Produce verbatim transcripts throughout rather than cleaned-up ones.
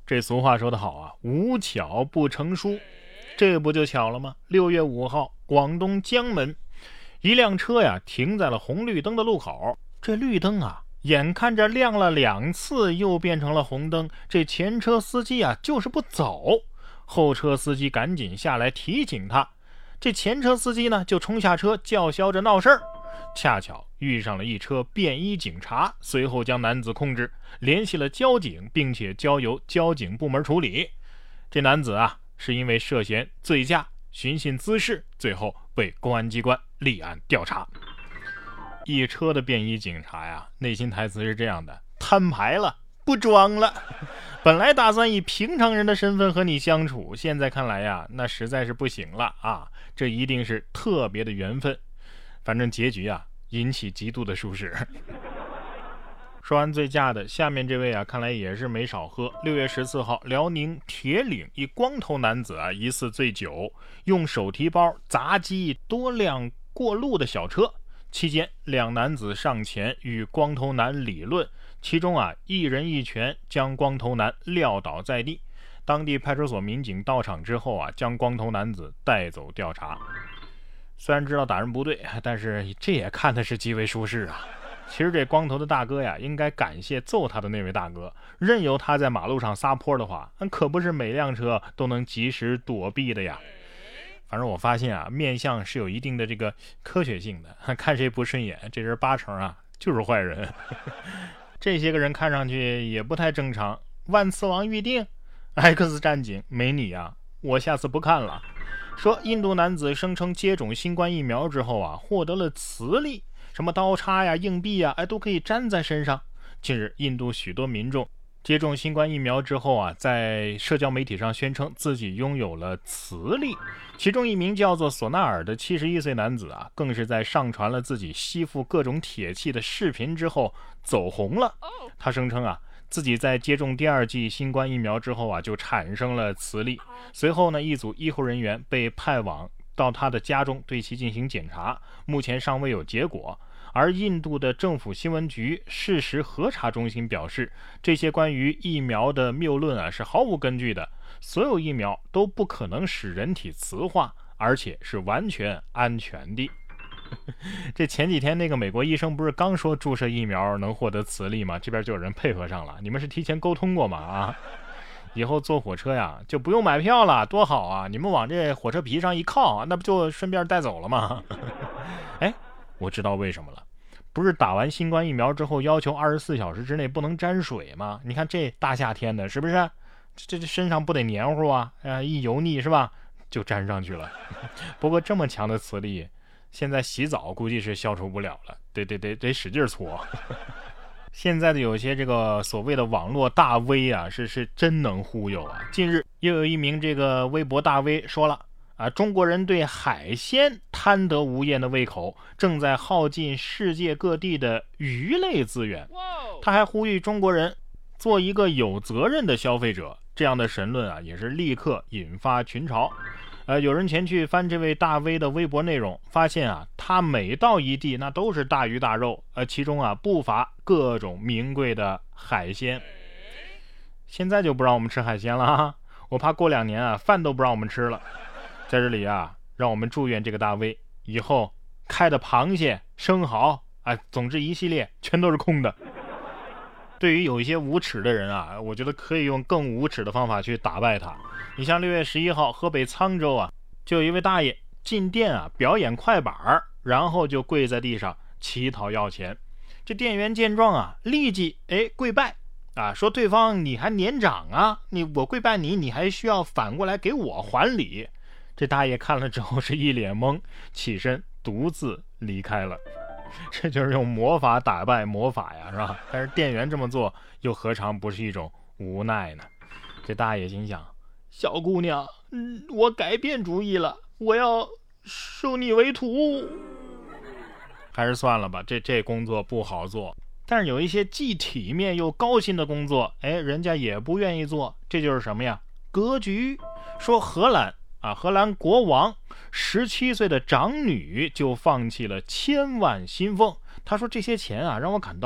这俗话说得好啊，无巧不成书。这不就巧了吗？六月五号，广东江门，一辆车呀停在了红绿灯的路口。这绿灯啊，眼看着亮了两次，又变成了红灯。这前车司机啊，就是不走。后车司机赶紧下来提醒他。这前车司机呢，就冲下车叫嚣着闹事儿。恰巧遇上了一车便衣警察，随后将男子控制，联系了交警，并且交由交警部门处理。这男子啊，是因为涉嫌醉驾、寻衅滋事，最后被公安机关立案调查。一车的便衣警察呀，内心台词是这样的：摊牌了，不装了。本来打算以平常人的身份和你相处，现在看来呀，那实在是不行了啊！这一定是特别的缘分。反正结局啊，引起极度的舒适。说完醉驾的，下面这位啊，看来也是没少喝。六月十四号，辽宁铁岭一光头男子啊，疑似醉酒，用手提包砸击多辆过路的小车。期间，两男子上前与光头男理论，其中啊，一人一拳将光头男撂倒在地。当地派出所民警到场之后啊，将光头男子带走调查。虽然知道打人不对，但是这也看的是极为舒适啊。其实这光头的大哥呀，应该感谢揍他的那位大哥，任由他在马路上撒泼的话，那可不是每辆车都能及时躲避的呀。反正我发现啊，面相是有一定的这个科学性的，看谁不顺眼，这人八成啊就是坏人。这些个人看上去也不太正常。万磁王预定 X 战警没你啊，我下次不看了。说印度男子声称接种新冠疫苗之后啊，获得了磁力，什么刀叉呀、硬币呀，哎，都可以粘在身上。近日，印度许多民众接种新冠疫苗之后啊，在社交媒体上宣称自己拥有了磁力。其中一名叫做索纳尔的七十一岁男子啊，更是在上传了自己吸附各种铁器的视频之后走红了。他声称啊，自己在接种第二剂新冠疫苗之后啊，就产生了磁力。随后呢，一组医护人员被派往到他的家中对其进行检查，目前尚未有结果。而印度的政府新闻局事实核查中心表示，这些关于疫苗的谬论啊是毫无根据的，所有疫苗都不可能使人体磁化，而且是完全安全的。这前几天那个美国医生不是刚说注射疫苗能获得磁力吗？这边就有人配合上了，你们是提前沟通过吗？啊，以后坐火车呀就不用买票了，多好啊！你们往这火车皮上一靠，那不就顺便带走了吗？哎，我知道为什么了，不是打完新冠疫苗之后要求二十四小时之内不能沾水吗？你看这大夏天的，是不是？这这身上不得黏糊啊？呃，一油腻是吧，就沾上去了。不过这么强的磁力，现在洗澡估计是消除不了了，得得得得使劲搓。现在的有些这个所谓的网络大 V 啊，是是真能忽悠啊。近日又有一名这个微博大 V 说了啊，中国人对海鲜贪得无厌的胃口，正在耗尽世界各地的鱼类资源。他还呼吁中国人做一个有责任的消费者。这样的神论啊，也是立刻引发群嘲。呃，有人前去翻这位大 V 的微博内容，发现啊，他每到一地那都是大鱼大肉，呃，其中啊不乏各种名贵的海鲜。现在就不让我们吃海鲜了哈，我怕过两年啊，饭都不让我们吃了。在这里啊，让我们祝愿这个大 V 以后开的螃蟹、生蚝，哎，总之一系列全都是空的。对于有一些无耻的人啊，我觉得可以用更无耻的方法去打败他。你像六月十一号，河北沧州啊，就有一位大爷进店啊表演快板，然后就跪在地上乞讨要钱。这店员见状啊，立即哎跪拜啊，说对方你还年长啊，你我跪拜你，你还需要反过来给我还礼。这大爷看了之后是一脸懵，起身独自离开了。这就是用魔法打败魔法呀，是吧？但是店员这么做又何尝不是一种无奈呢？这大爷心想，小姑娘，嗯，我改变主意了，我要收你为徒。还是算了吧，这这工作不好做。但是有一些既体面又高薪的工作，哎，人家也不愿意做。这就是什么呀？格局。说荷兰啊，荷兰国王十七岁的长女就放弃了千万薪俸。他说这些钱啊，让我感到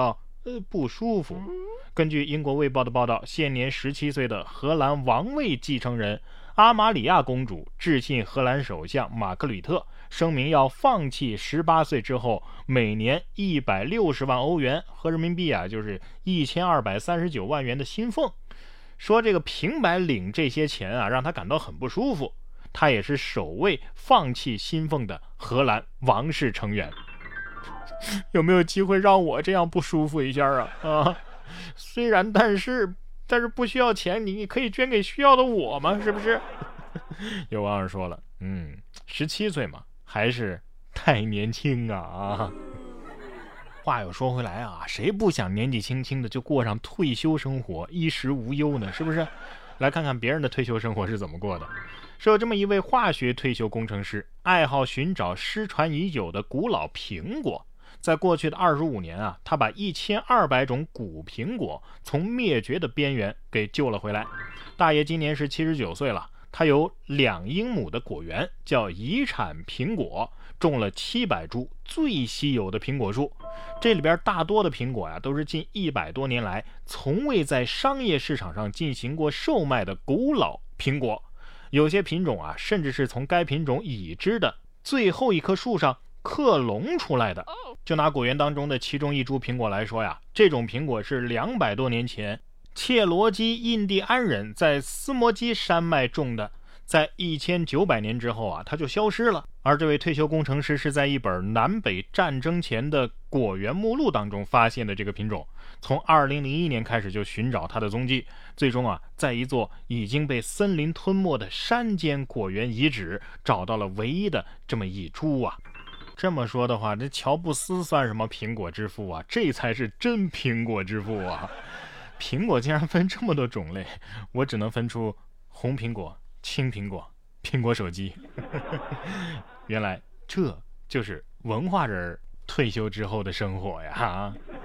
呃，不舒服。根据英国卫报的报道，现年十七岁的荷兰王位继承人阿玛里亚公主致信荷兰首相马克吕特，声明要放弃十八岁之后每年一百六十万欧元合人民币啊，就是一千二百三十九万元的薪俸。说这个平白领这些钱啊，让他感到很不舒服。他也是首位放弃薪俸的荷兰王室成员。有没有机会让我这样不舒服一下啊？啊，虽然但是但是不需要钱，你可以捐给需要的我吗？是不是？有网友说了，嗯，十七岁嘛，还是太年轻啊啊！话又说回来啊，谁不想年纪轻轻的就过上退休生活，衣食无忧呢？是不是？来看看别人的退休生活是怎么过的。是有这么一位化学退休工程师，爱好寻找失传已久的古老苹果。在过去的二十五年啊，他把一千二百种古苹果从灭绝的边缘给救了回来。大爷今年是七十九岁了，他有两英亩的果园，叫遗产苹果，种了七百株最稀有的苹果树。这里边大多的苹果呀、啊，都是近一百多年来从未在商业市场上进行过售卖的古老苹果。有些品种啊，甚至是从该品种已知的最后一棵树上克隆出来的。就拿果园当中的其中一株苹果来说呀，这种苹果是两百多年前切罗基印第安人在斯摩基山脉种的，在一千九百年之后啊，它就消失了。而这位退休工程师是在一本南北战争前的果园目录当中发现的这个品种，从二零零一年开始就寻找它的踪迹，最终啊，在一座已经被森林吞没的山间果园遗址找到了唯一的这么一株啊。这么说的话，这乔布斯算什么苹果之父啊？这才是真苹果之父啊！苹果竟然分这么多种类，我只能分出红苹果、青苹果、苹果手机。原来这就是文化人退休之后的生活呀！